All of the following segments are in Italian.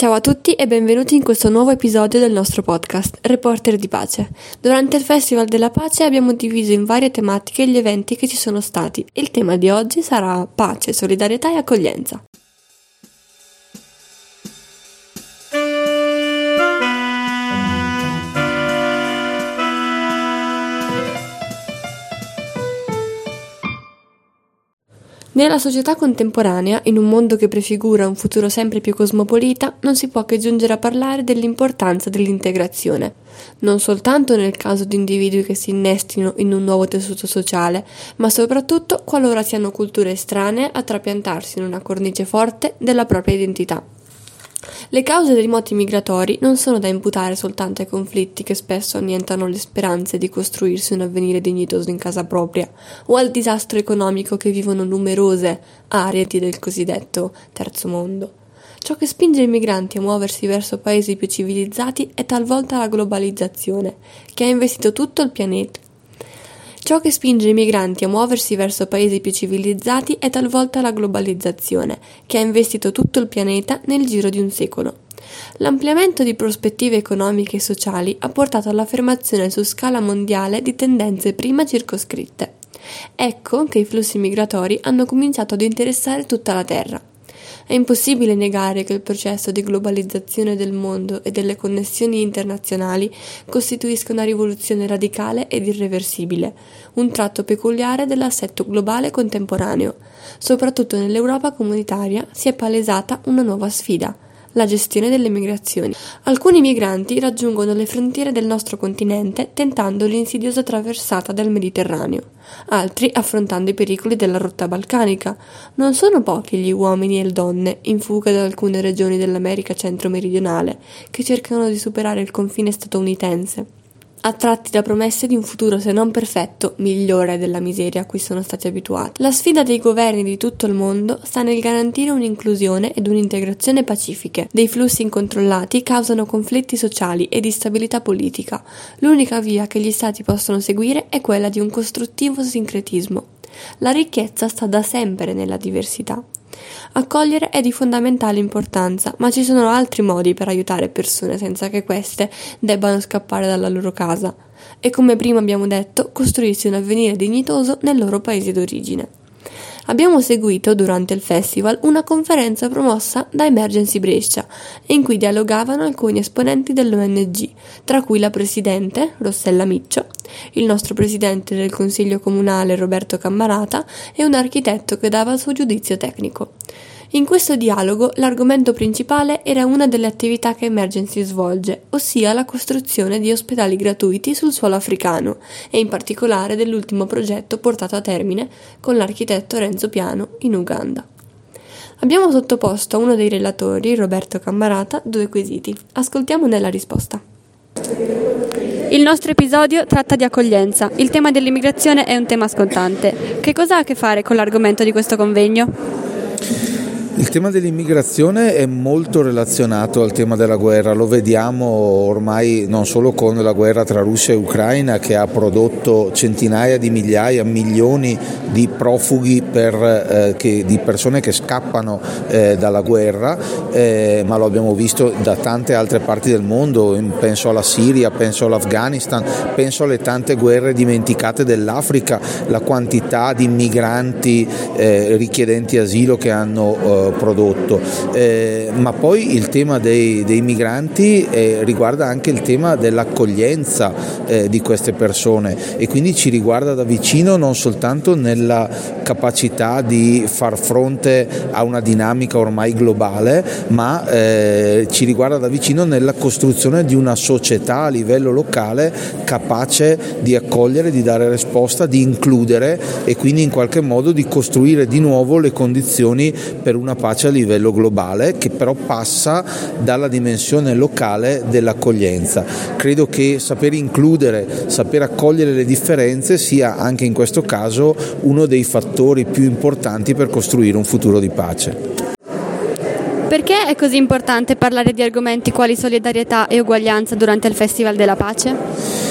Ciao a tutti e benvenuti in questo nuovo episodio del nostro podcast, Reporter di Pace. Durante il Festival della Pace abbiamo diviso in varie tematiche gli eventi che ci sono stati. Il tema di oggi sarà pace, solidarietà e accoglienza. Nella società contemporanea, in un mondo che prefigura un futuro sempre più cosmopolita, non si può che giungere a parlare dell'importanza dell'integrazione, non soltanto nel caso di individui che si innestino in un nuovo tessuto sociale, ma soprattutto qualora siano culture estranee a trapiantarsi in una cornice forte della propria identità. Le cause dei moti migratori non sono da imputare soltanto ai conflitti che spesso annientano le speranze di costruirsi un avvenire dignitoso in casa propria, o al disastro economico che vivono numerose aree del cosiddetto terzo mondo. Ciò che spinge i migranti a muoversi verso paesi più civilizzati è talvolta la globalizzazione, che ha investito tutto il pianeta. Ciò che spinge i migranti a muoversi verso paesi più civilizzati è talvolta la globalizzazione, che ha investito tutto il pianeta nel giro di un secolo. L'ampliamento di prospettive economiche e sociali ha portato all'affermazione su scala mondiale di tendenze prima circoscritte. Ecco che i flussi migratori hanno cominciato ad interessare tutta la Terra. È impossibile negare che il processo di globalizzazione del mondo e delle connessioni internazionali costituisca una rivoluzione radicale ed irreversibile, un tratto peculiare dell'assetto globale contemporaneo. Soprattutto nell'Europa comunitaria si è palesata una nuova sfida: la gestione delle migrazioni. Alcuni migranti raggiungono le frontiere del nostro continente tentando l'insidiosa traversata del Mediterraneo, altri affrontando i pericoli della rotta balcanica. Non sono pochi gli uomini e le donne in fuga da alcune regioni dell'America centro-meridionale che cercano di superare il confine statunitense, attratti da promesse di un futuro se non perfetto, migliore della miseria a cui sono stati abituati. La sfida dei governi di tutto il mondo sta nel garantire un'inclusione ed un'integrazione pacifiche. Dei flussi incontrollati causano conflitti sociali e di stabilità politica. L'unica via che gli stati possono seguire è quella di un costruttivo sincretismo. La ricchezza sta da sempre nella diversità. Accogliere è di fondamentale importanza, ma ci sono altri modi per aiutare persone senza che queste debbano scappare dalla loro casa e, come prima abbiamo detto, costruirsi un avvenire dignitoso nel loro paese d'origine. Abbiamo seguito durante il festival una conferenza promossa da Emergency Brescia in cui dialogavano alcuni esponenti dell'ONG, tra cui la presidente Rossella Miccio, il nostro presidente del consiglio comunale Roberto Cammarata e un architetto che dava il suo giudizio tecnico. In questo dialogo l'argomento principale era una delle attività che Emergency svolge, ossia la costruzione di ospedali gratuiti sul suolo africano e in particolare dell'ultimo progetto portato a termine con l'architetto Renzo Piano in Uganda. Abbiamo sottoposto a uno dei relatori, Roberto Cammarata, 2 quesiti. Ascoltiamone la risposta. Il nostro episodio tratta di accoglienza. Il tema dell'immigrazione è un tema scottante. Che cosa ha a che fare con l'argomento di questo convegno? Il tema dell'immigrazione è molto relazionato al tema della guerra, lo vediamo ormai non solo con la guerra tra Russia e Ucraina che ha prodotto centinaia di migliaia, milioni di profughi di persone che scappano dalla guerra, ma lo abbiamo visto da tante altre parti del mondo, penso alla Siria, penso all'Afghanistan, penso alle tante guerre dimenticate dell'Africa, la quantità di migranti richiedenti asilo che hanno prodotto, ma poi il tema dei migranti riguarda anche il tema dell'accoglienza di queste persone e quindi ci riguarda da vicino non soltanto nella capacità di far fronte a una dinamica ormai globale, ma ci riguarda da vicino nella costruzione di una società a livello locale capace di accogliere, di dare risposta, di includere e quindi in qualche modo di costruire di nuovo le condizioni per una pace a livello globale che però passa dalla dimensione locale dell'accoglienza. Credo che saper includere, saper accogliere le differenze sia anche in questo caso uno dei fattori più importanti per costruire un futuro di pace. Perché è così importante parlare di argomenti quali solidarietà e uguaglianza durante il Festival della Pace?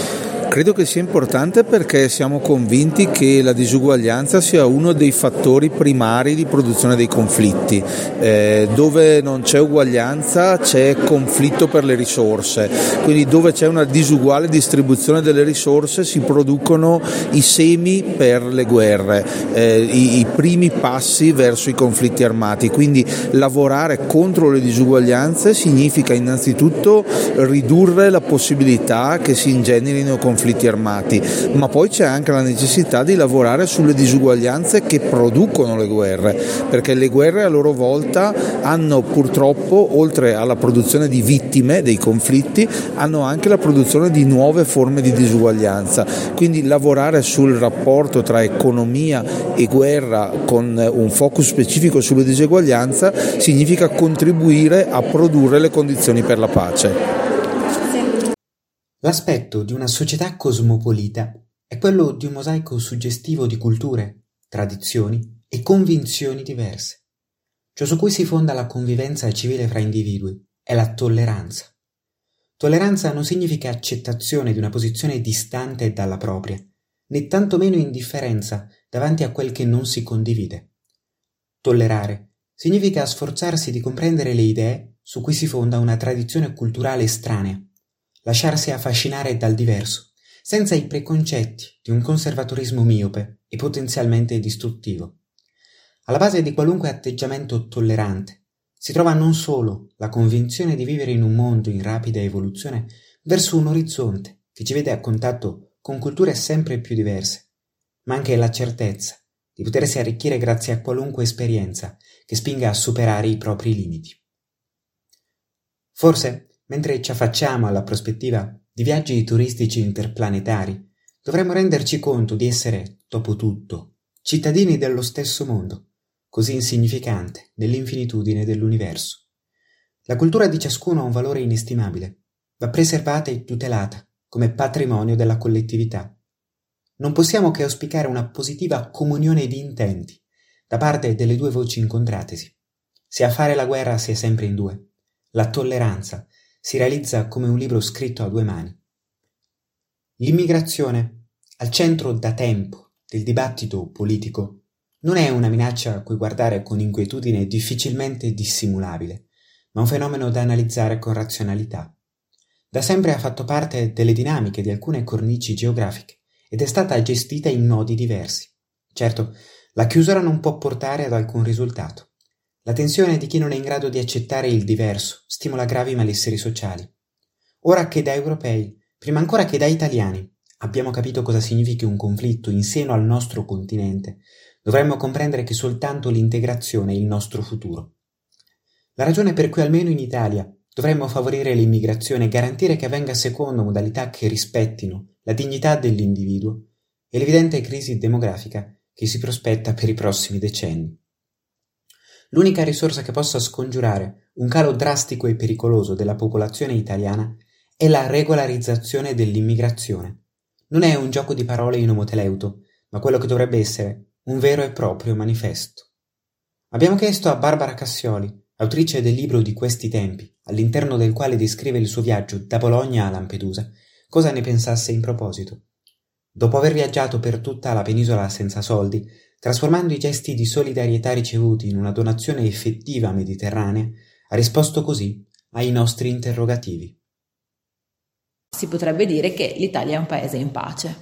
Credo che sia importante perché siamo convinti che la disuguaglianza sia uno dei fattori primari di produzione dei conflitti. Dove non c'è uguaglianza c'è conflitto per le risorse, quindi dove c'è una disuguale distribuzione delle risorse si producono i semi per le guerre, i primi passi verso i conflitti armati. Quindi lavorare contro le disuguaglianze significa innanzitutto ridurre la possibilità che si ingenerino conflitti armati, ma poi c'è anche la necessità di lavorare sulle disuguaglianze che producono le guerre, perché le guerre a loro volta hanno purtroppo, oltre alla produzione di vittime dei conflitti, hanno anche la produzione di nuove forme di disuguaglianza. Quindi lavorare sul rapporto tra economia e guerra con un focus specifico sulle disuguaglianza significa contribuire a produrre le condizioni per la pace. L'aspetto di una società cosmopolita è quello di un mosaico suggestivo di culture, tradizioni e convinzioni diverse. Ciò su cui si fonda la convivenza civile fra individui è la tolleranza. Tolleranza non significa accettazione di una posizione distante dalla propria, né tantomeno indifferenza davanti a quel che non si condivide. Tollerare significa sforzarsi di comprendere le idee su cui si fonda una tradizione culturale estranea, lasciarsi affascinare dal diverso, senza i preconcetti di un conservatorismo miope e potenzialmente distruttivo. Alla base di qualunque atteggiamento tollerante si trova non solo la convinzione di vivere in un mondo in rapida evoluzione verso un orizzonte che ci vede a contatto con culture sempre più diverse, ma anche la certezza di potersi arricchire grazie a qualunque esperienza che spinga a superare i propri limiti. Forse, mentre ci affacciamo alla prospettiva di viaggi turistici interplanetari, dovremmo renderci conto di essere, dopo tutto, cittadini dello stesso mondo, così insignificante nell'infinitudine dell'universo. La cultura di ciascuno ha un valore inestimabile, va preservata e tutelata come patrimonio della collettività. Non possiamo che auspicare una positiva comunione di intenti da parte delle due voci incontratesi. Se a fare la guerra si è sempre in due, la tolleranza si realizza come un libro scritto a due mani. L'immigrazione, al centro da tempo del dibattito politico, non è una minaccia a cui guardare con inquietudine difficilmente dissimulabile, ma un fenomeno da analizzare con razionalità. Da sempre ha fatto parte delle dinamiche di alcune cornici geografiche ed è stata gestita in modi diversi. Certo, la chiusura non può portare ad alcun risultato. La tensione di chi non è in grado di accettare il diverso stimola gravi malesseri sociali. Ora che da europei, prima ancora che da italiani, abbiamo capito cosa significhi un conflitto in seno al nostro continente, dovremmo comprendere che soltanto l'integrazione è il nostro futuro. La ragione per cui almeno in Italia dovremmo favorire l'immigrazione e garantire che avvenga secondo modalità che rispettino la dignità dell'individuo è l'evidente crisi demografica che si prospetta per i prossimi decenni. L'unica risorsa che possa scongiurare un calo drastico e pericoloso della popolazione italiana è la regolarizzazione dell'immigrazione. Non è un gioco di parole in omoteleuto, ma quello che dovrebbe essere un vero e proprio manifesto. Abbiamo chiesto a Barbara Cassioli, autrice del libro Di questi tempi, all'interno del quale descrive il suo viaggio da Bologna a Lampedusa, cosa ne pensasse in proposito. Dopo aver viaggiato per tutta la penisola senza soldi, trasformando i gesti di solidarietà ricevuti in una donazione effettiva mediterranea, ha risposto così ai nostri interrogativi. Si potrebbe dire che l'Italia è un paese in pace.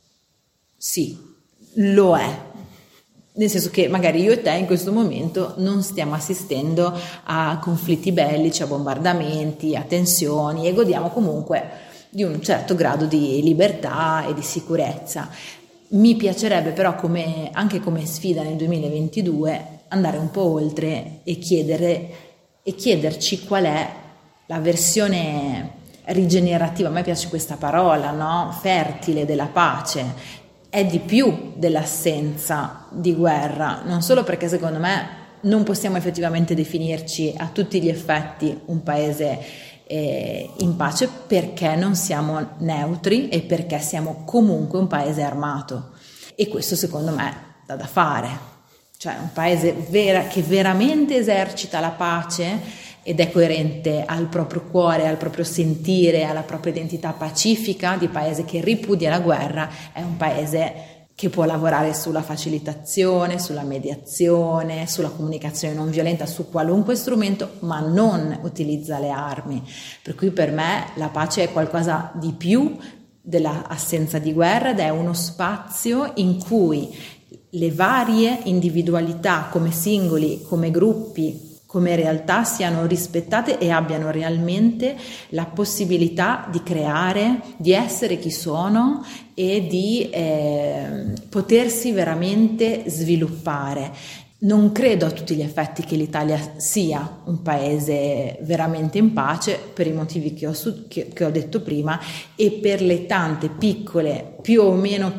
Sì, lo è. Nel senso che magari io e te in questo momento non stiamo assistendo a conflitti bellici, a bombardamenti, a tensioni e godiamo comunque di un certo grado di libertà e di sicurezza. Mi piacerebbe però anche come sfida nel 2022 andare un po' oltre e chiederci qual è la versione rigenerativa, a me piace questa parola, no? Fertile della pace. È di più dell'assenza di guerra, non solo perché secondo me non possiamo effettivamente definirci a tutti gli effetti un paese in pace perché non siamo neutri e perché siamo comunque un paese armato e questo secondo me dà da fare, cioè un paese che veramente esercita la pace ed è coerente al proprio cuore, al proprio sentire, alla propria identità pacifica di paese che ripudia la guerra, è un paese che può lavorare sulla facilitazione, sulla mediazione, sulla comunicazione non violenta, su qualunque strumento, ma non utilizza le armi. Per cui per me la pace è qualcosa di più dell'assenza di guerra ed è uno spazio in cui le varie individualità come singoli, come gruppi, come realtà siano rispettate e abbiano realmente la possibilità di creare, di essere chi sono e di potersi veramente sviluppare. Non credo a tutti gli effetti che l'Italia sia un paese veramente in pace per i motivi che ho detto prima e per le tante piccole, più o meno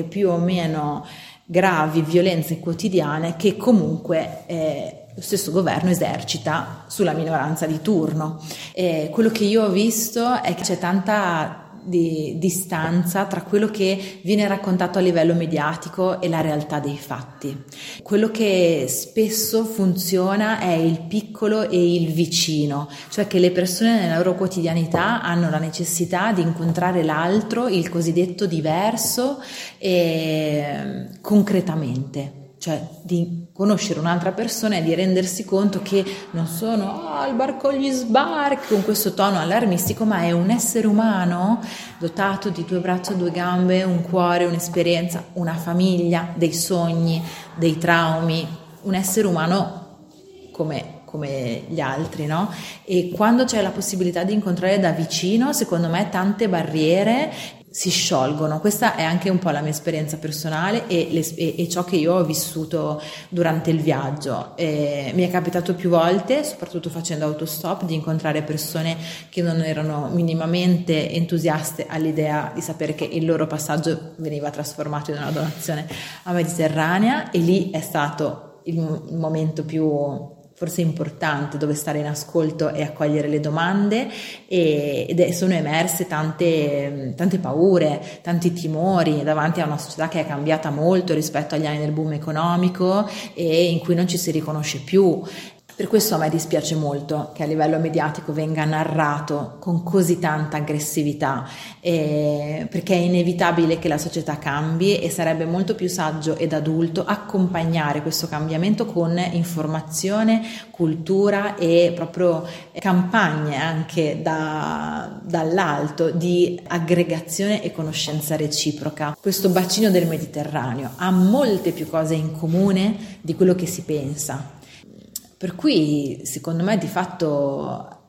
gravi violenze quotidiane che comunque lo stesso governo esercita sulla minoranza di turno. Quello che io ho visto è che c'è tanta distanza tra quello che viene raccontato a livello mediatico e la realtà dei fatti. Quello che spesso funziona è il piccolo e il vicino, cioè che le persone nella loro quotidianità hanno la necessità di incontrare l'altro, il cosiddetto diverso, concretamente. Cioè di conoscere un'altra persona e di rendersi conto che non sono al bar con gli sbarchi con questo tono allarmistico, ma è un essere umano dotato di 2 braccia, 2 gambe, un cuore, un'esperienza, una famiglia, dei sogni, dei traumi, un essere umano come gli altri, no? E quando c'è la possibilità di incontrare da vicino, secondo me tante barriere si sciolgono. Questa è anche un po' la mia esperienza personale e ciò che io ho vissuto durante il viaggio. Mi è capitato più volte, soprattutto facendo autostop, di incontrare persone che non erano minimamente entusiaste all'idea di sapere che il loro passaggio veniva trasformato in una donazione a Mediterranea, e lì è stato il momento più forse importante, dove stare in ascolto e accogliere le domande, ed sono emerse tante paure, tanti timori davanti a una società che è cambiata molto rispetto agli anni del boom economico e in cui non ci si riconosce più. Per questo a me dispiace molto che a livello mediatico venga narrato con così tanta aggressività, perché è inevitabile che la società cambi e sarebbe molto più saggio ed adulto accompagnare questo cambiamento con informazione, cultura e proprio campagne anche dall'alto di aggregazione e conoscenza reciproca. Questo bacino del Mediterraneo ha molte più cose in comune di quello che si pensa. Per cui secondo me di fatto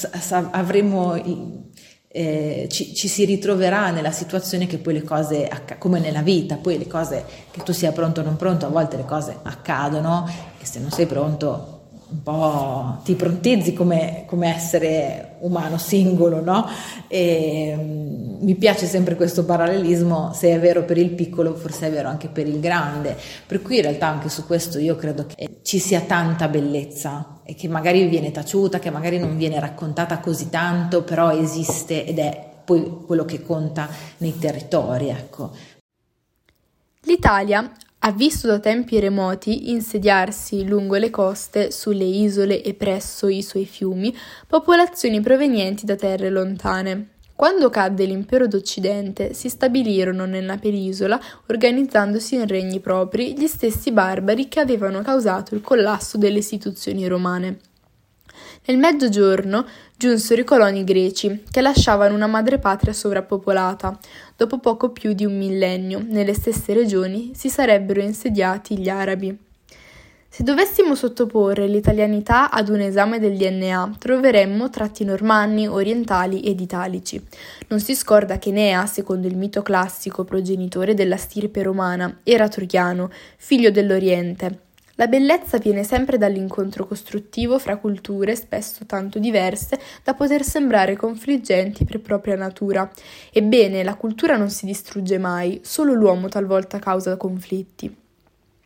ci si ritroverà nella situazione che poi le cose, come nella vita, poi le cose, che tu sia pronto o non pronto, a volte le cose accadono e se non sei pronto un po' ti prontizzi come essere umano singolo, no? E mi piace sempre questo parallelismo: se è vero per il piccolo, forse è vero anche per il grande. Per cui in realtà anche su questo io credo che ci sia tanta bellezza e che magari viene taciuta, che magari non viene raccontata così tanto, però esiste ed è poi quello che conta nei territori, ecco. L'Italia ha visto da tempi remoti insediarsi lungo le coste, sulle isole e presso i suoi fiumi popolazioni provenienti da terre lontane. Quando cadde l'impero d'Occidente, si stabilirono nella penisola, organizzandosi in regni propri, gli stessi barbari che avevano causato il collasso delle istituzioni romane. Nel Mezzogiorno giunsero i coloni greci, che lasciavano una madrepatria sovrappopolata. Dopo poco più di un millennio, nelle stesse regioni si sarebbero insediati gli arabi. Se dovessimo sottoporre l'italianità ad un esame del DNA, troveremmo tratti normanni, orientali ed italici. Non si scorda che Enea, secondo il mito classico progenitore della stirpe romana, era troiano, figlio dell'Oriente. La bellezza viene sempre dall'incontro costruttivo fra culture spesso tanto diverse da poter sembrare confliggenti per propria natura. Ebbene, la cultura non si distrugge mai, solo l'uomo talvolta causa conflitti.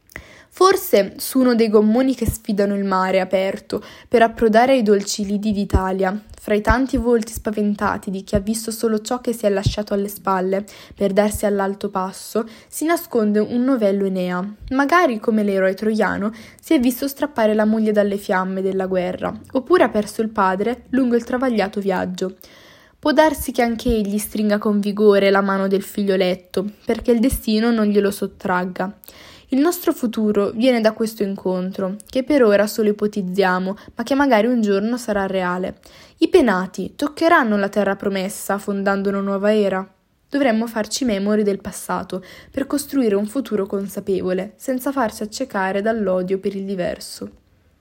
Forse su uno dei gommoni che sfidano il mare aperto per approdare ai dolci lidi d'Italia, fra i tanti volti spaventati di chi ha visto solo ciò che si è lasciato alle spalle per darsi all'alto passo, si nasconde un novello Enea. Magari, come l'eroe troiano, si è visto strappare la moglie dalle fiamme della guerra, oppure ha perso il padre lungo il travagliato viaggio. Può darsi che anche egli stringa con vigore la mano del figlioletto, perché il destino non glielo sottragga. Il nostro futuro viene da questo incontro, che per ora solo ipotizziamo, ma che magari un giorno sarà reale. I penati toccheranno la terra promessa fondando una nuova era? Dovremmo farci memori del passato per costruire un futuro consapevole, senza farci accecare dall'odio per il diverso.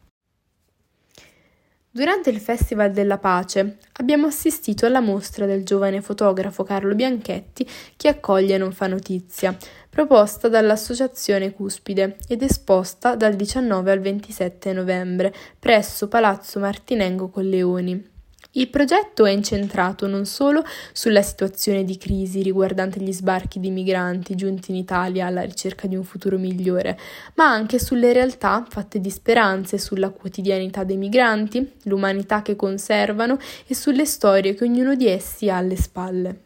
Durante il Festival della Pace abbiamo assistito alla mostra del giovane fotografo Carlo Bianchetti Chi accoglie non fa notizia, proposta dall'Associazione Cuspide ed esposta dal 19 al 27 novembre presso Palazzo Martinengo Colleoni. Il progetto è incentrato non solo sulla situazione di crisi riguardante gli sbarchi di migranti giunti in Italia alla ricerca di un futuro migliore, ma anche sulle realtà fatte di speranze, sulla quotidianità dei migranti, l'umanità che conservano e sulle storie che ognuno di essi ha alle spalle.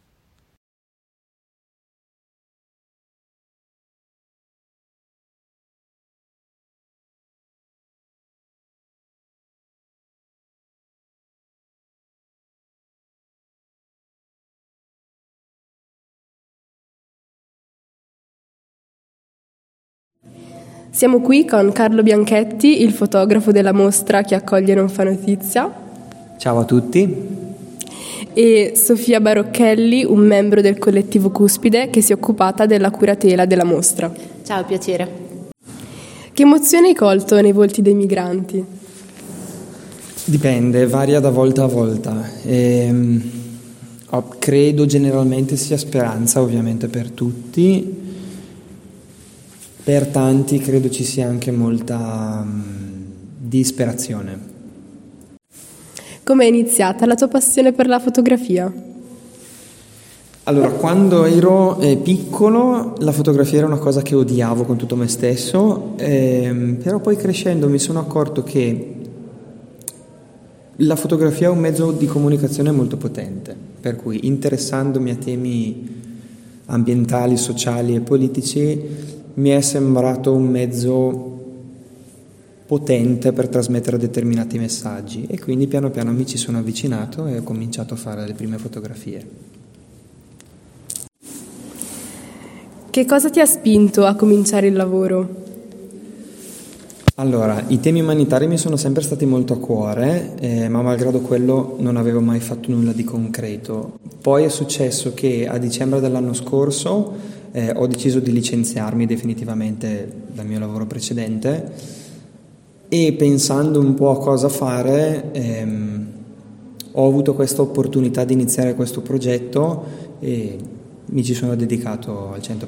Siamo qui con Carlo Bianchetti, il fotografo della mostra Chi accoglie non fa notizia. Ciao a tutti. E Sofia Barocchelli, un membro del collettivo Cuspide che si è occupata della curatela della mostra. Ciao, piacere. Che emozione hai colto nei volti dei migranti? Dipende, varia da volta a volta. Credo generalmente sia speranza, ovviamente per tutti. Per tanti credo ci sia anche molta disperazione. Come è iniziata la tua passione per la fotografia? Allora, quando ero piccolo la fotografia era una cosa che odiavo con tutto me stesso, però poi crescendo mi sono accorto che la fotografia è un mezzo di comunicazione molto potente, per cui interessandomi a temi ambientali, sociali e politici mi è sembrato un mezzo potente per trasmettere determinati messaggi e quindi piano piano mi ci sono avvicinato e ho cominciato a fare le prime fotografie. Che cosa ti ha spinto a cominciare il lavoro? Allora, i temi umanitari mi sono sempre stati molto a cuore, ma malgrado quello non avevo mai fatto nulla di concreto. Poi è successo che a dicembre dell'anno scorso ho deciso di licenziarmi definitivamente dal mio lavoro precedente e pensando un po' a cosa fare ho avuto questa opportunità di iniziare questo progetto e mi ci sono dedicato al 100%.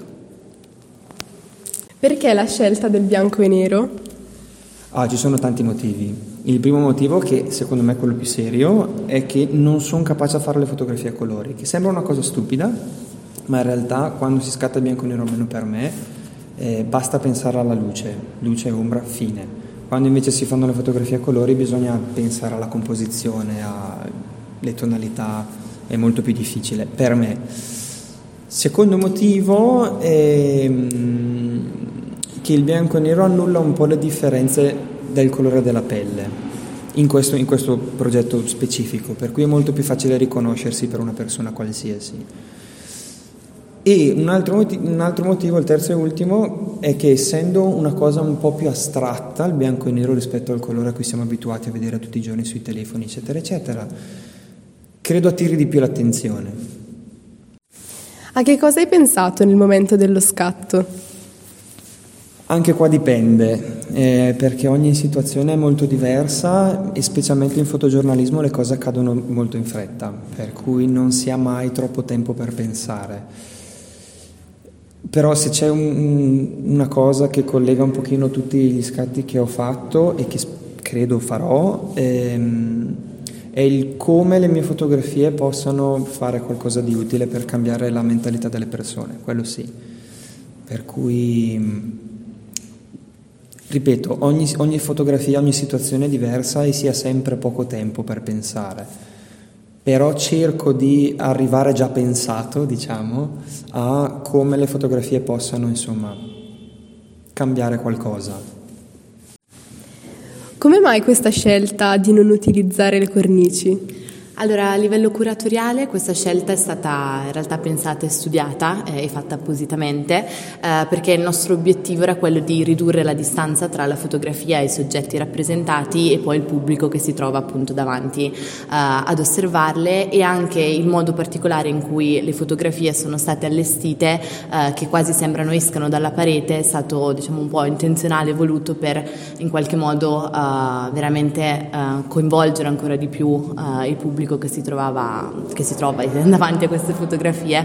Perché la scelta del bianco e nero? Ci sono tanti motivi. Il primo motivo, che secondo me è quello più serio, è che non sono capace a fare le fotografie a colori, che sembra una cosa stupida, ma in realtà quando si scatta bianco e nero, almeno per me, basta pensare alla luce e ombra, fine. Quando invece si fanno le fotografie a colori bisogna pensare alla composizione, alle tonalità, è molto più difficile per me. Secondo motivo è che il bianco e nero annulla un po' le differenze del colore della pelle in questo progetto specifico, per cui è molto più facile riconoscersi per una persona qualsiasi. E un altro motivo, il terzo e ultimo, è che essendo una cosa un po' più astratta, il bianco e nero rispetto al colore a cui siamo abituati a vedere tutti i giorni sui telefoni, eccetera, eccetera, credo attiri di più l'attenzione. A che cosa hai pensato nel momento dello scatto? Anche qua dipende, perché ogni situazione è molto diversa e specialmente in fotogiornalismo le cose accadono molto in fretta, per cui non si ha mai troppo tempo per pensare. Però se c'è una cosa che collega un pochino tutti gli scatti che ho fatto e che credo farò, è il come le mie fotografie possano fare qualcosa di utile per cambiare la mentalità delle persone, quello sì. Per cui ripeto, ogni fotografia, ogni situazione è diversa e si ha sempre poco tempo per pensare, però cerco di arrivare già pensato, diciamo, a come le fotografie possano, insomma, cambiare qualcosa. Come mai questa scelta di non utilizzare le cornici? Allora, a livello curatoriale questa scelta è stata in realtà pensata e studiata e fatta appositamente perché il nostro obiettivo era quello di ridurre la distanza tra la fotografia e i soggetti rappresentati e poi il pubblico che si trova appunto davanti ad osservarle, e anche il modo particolare in cui le fotografie sono state allestite, che quasi sembrano escano dalla parete, è stato, diciamo, un po' intenzionale, voluto per in qualche modo veramente coinvolgere ancora di più il pubblico che si trova davanti a queste fotografie,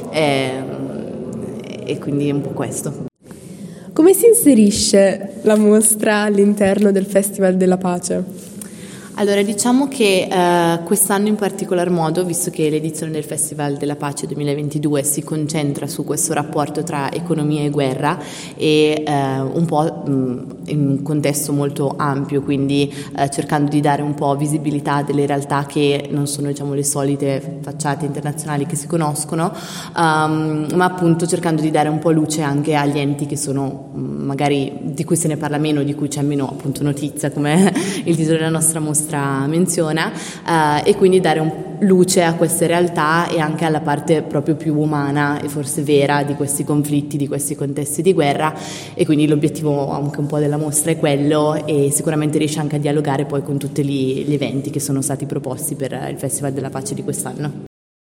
e quindi è un po' questo. Come si inserisce la mostra all'interno del Festival della Pace? Allora, diciamo che quest'anno in particolar modo, visto che l'edizione del Festival della Pace 2022 si concentra su questo rapporto tra economia e guerra e un po' in un contesto molto ampio, quindi cercando di dare un po' visibilità a delle realtà che non sono, diciamo, le solite facciate internazionali che si conoscono, ma appunto cercando di dare un po' luce anche agli enti che sono magari di cui se ne parla meno, di cui c'è meno appunto notizia, come il titolo della nostra mostra menziona, e quindi dare luce a queste realtà e anche alla parte proprio più umana e forse vera di questi conflitti, di questi contesti di guerra, e quindi l'obiettivo anche un po' della mostra è quello, e sicuramente riesce anche a dialogare poi con tutti gli eventi che sono stati proposti per il Festival della Pace di quest'anno.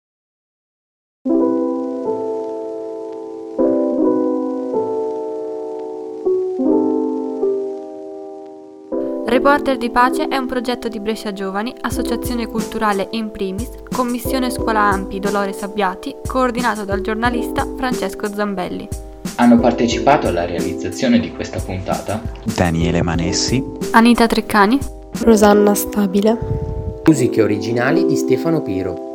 Reporter di Pace è un progetto di Brescia Giovani, associazione culturale In Primis, commissione Scuola Ampi Dolore Sabbiati, coordinato dal giornalista Francesco Zambelli. Hanno partecipato alla realizzazione di questa puntata Daniele Manessi, Anita Treccani, Rosanna Stabile. Musiche originali di Stefano Piro.